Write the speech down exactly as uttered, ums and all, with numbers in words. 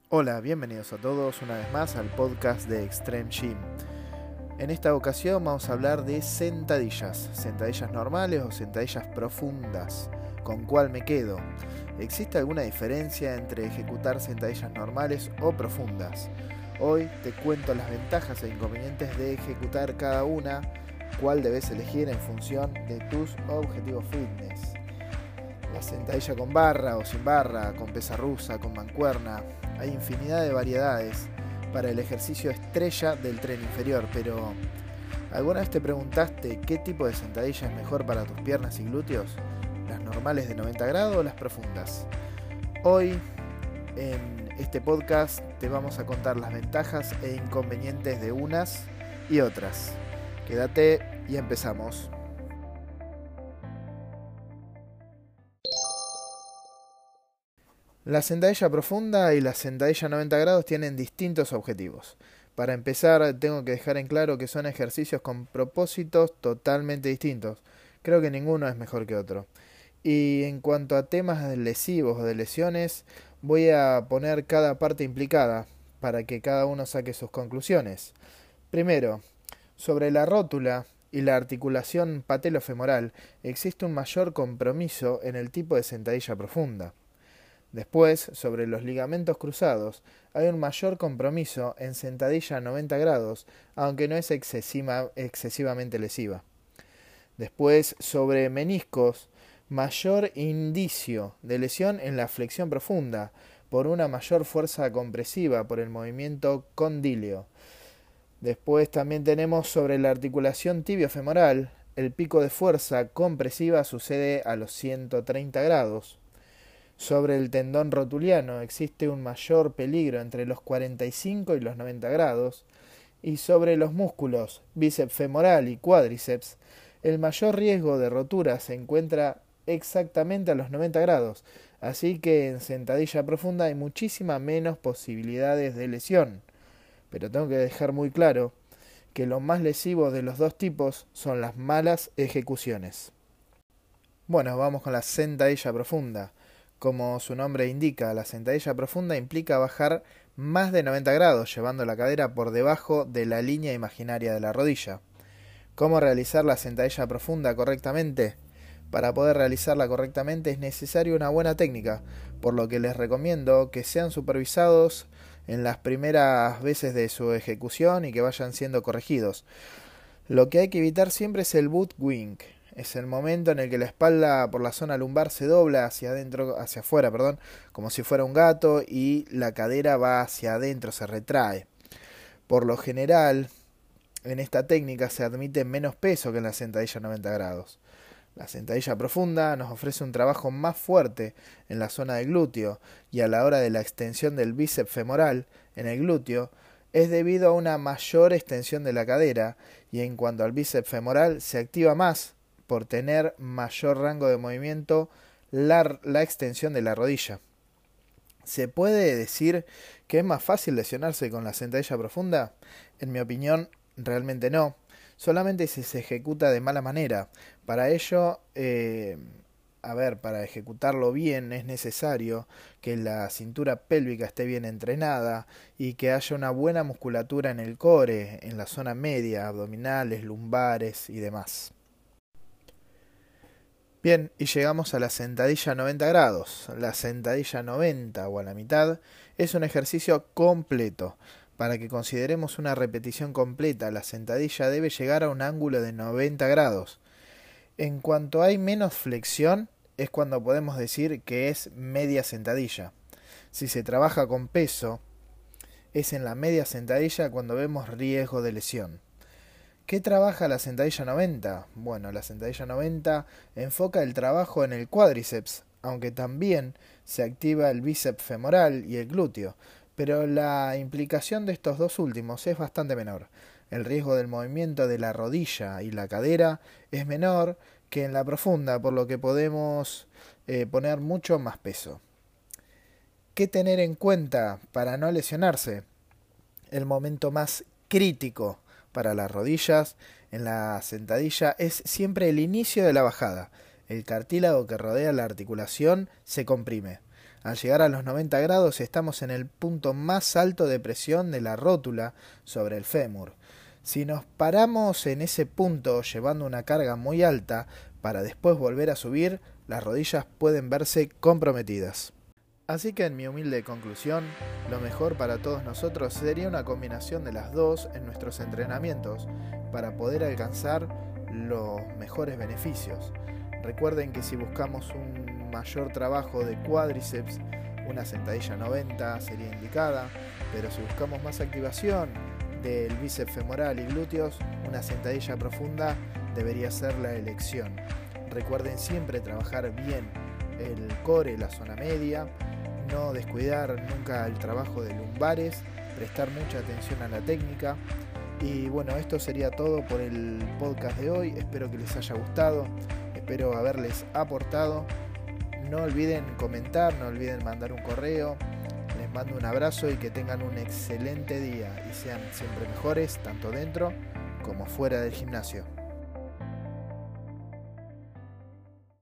Hola, bienvenidos a todos una vez más al podcast de Extreme Gym. En esta ocasión vamos a hablar de sentadillas, sentadillas normales o sentadillas profundas. ¿Con cuál me quedo? ¿Existe alguna diferencia entre ejecutar sentadillas normales o profundas? Hoy te cuento las ventajas e inconvenientes de ejecutar cada una, cuál debes elegir en función de tus objetivos fitness. La sentadilla con barra o sin barra, con pesa rusa, con mancuerna. Hay infinidad de variedades para el ejercicio estrella del tren inferior, pero ¿alguna vez te preguntaste qué tipo de sentadilla es mejor para tus piernas y glúteos? ¿Las normales de noventa grados o las profundas? Hoy, en este podcast, te vamos a contar las ventajas e inconvenientes de unas y otras. Quédate y empezamos. La sentadilla profunda y la sentadilla noventa grados tienen distintos objetivos. Para empezar, tengo que dejar en claro que son ejercicios con propósitos totalmente distintos. Creo que ninguno es mejor que otro. Y en cuanto a temas lesivos o de lesiones, voy a poner cada parte implicada para que cada uno saque sus conclusiones. Primero, sobre la rótula y la articulación patelofemoral, existe un mayor compromiso en el tipo de sentadilla profunda. Después, sobre los ligamentos cruzados, hay un mayor compromiso en sentadilla noventa grados, aunque no es excesiva, excesivamente lesiva. Después, sobre meniscos, mayor indicio de lesión en la flexión profunda, por una mayor fuerza compresiva por el movimiento condilio. Después también tenemos sobre la articulación tibiofemoral, el pico de fuerza compresiva sucede a los ciento treinta grados. Sobre el tendón rotuliano existe un mayor peligro entre los cuarenta y cinco y los noventa grados, y sobre los músculos bíceps femoral y cuádriceps, el mayor riesgo de rotura se encuentra exactamente a los noventa grados, así que en sentadilla profunda hay muchísimas menos posibilidades de lesión. Pero tengo que dejar muy claro que lo más lesivo de los dos tipos son las malas ejecuciones. Bueno, vamos con la sentadilla profunda. Como su nombre indica, la sentadilla profunda implica bajar más de noventa grados, llevando la cadera por debajo de la línea imaginaria de la rodilla. ¿Cómo realizar la sentadilla profunda correctamente? Para poder realizarla correctamente es necesaria una buena técnica, por lo que les recomiendo que sean supervisados en las primeras veces de su ejecución y que vayan siendo corregidos. Lo que hay que evitar siempre es el butt wink. Es el momento en el que la espalda por la zona lumbar se dobla hacia adentro, hacia afuera, perdón, como si fuera un gato y la cadera va hacia adentro, se retrae. Por lo general, en esta técnica se admite menos peso que en la sentadilla noventa grados. La sentadilla profunda nos ofrece un trabajo más fuerte en la zona del glúteo y a la hora de la extensión del bíceps femoral en el glúteo es debido a una mayor extensión de la cadera y en cuanto al bíceps femoral se activa más por tener mayor rango de movimiento la, la extensión de la rodilla. ¿Se puede decir que es más fácil lesionarse con la sentadilla profunda? En mi opinión, realmente no. Solamente si se ejecuta de mala manera. Para ello, eh, a ver, para ejecutarlo bien es necesario que la cintura pélvica esté bien entrenada y que haya una buena musculatura en el core, en la zona media, abdominales, lumbares y demás. Bien, y llegamos a la sentadilla noventa grados. La sentadilla noventa o a la mitad es un ejercicio completo. Para que consideremos una repetición completa, la sentadilla debe llegar a un ángulo de noventa grados. En cuanto hay menos flexión, es cuando podemos decir que es media sentadilla. Si se trabaja con peso, es en la media sentadilla cuando vemos riesgo de lesión. ¿Qué trabaja la sentadilla noventa? Bueno, la sentadilla noventa enfoca el trabajo en el cuádriceps, aunque también se activa el bíceps femoral y el glúteo, pero la implicación de estos dos últimos es bastante menor. El riesgo del movimiento de la rodilla y la cadera es menor que en la profunda, por lo que podemos eh, poner mucho más peso. ¿Qué tener en cuenta para no lesionarse? El momento más crítico para las rodillas en la sentadilla es siempre el inicio de la bajada. El cartílago que rodea la articulación se comprime. Al llegar a los noventa grados estamos en el punto más alto de presión de la rótula sobre el fémur. Si nos paramos en ese punto llevando una carga muy alta para después volver a subir, las rodillas pueden verse comprometidas. Así que en mi humilde conclusión, lo mejor para todos nosotros sería una combinación de las dos en nuestros entrenamientos para poder alcanzar los mejores beneficios. Recuerden que si buscamos un mayor trabajo de cuádriceps, una sentadilla noventa sería indicada, pero si buscamos más activación del bíceps femoral y glúteos, una sentadilla profunda debería ser la elección. Recuerden siempre trabajar bien el core, la zona media, no descuidar nunca el trabajo de lumbares, prestar mucha atención a la técnica. Y bueno, esto sería todo por el podcast de hoy. Espero que les haya gustado, espero haberles aportado. No olviden comentar, no olviden mandar un correo. Les mando un abrazo y que tengan un excelente día y sean siempre mejores, tanto dentro como fuera del gimnasio.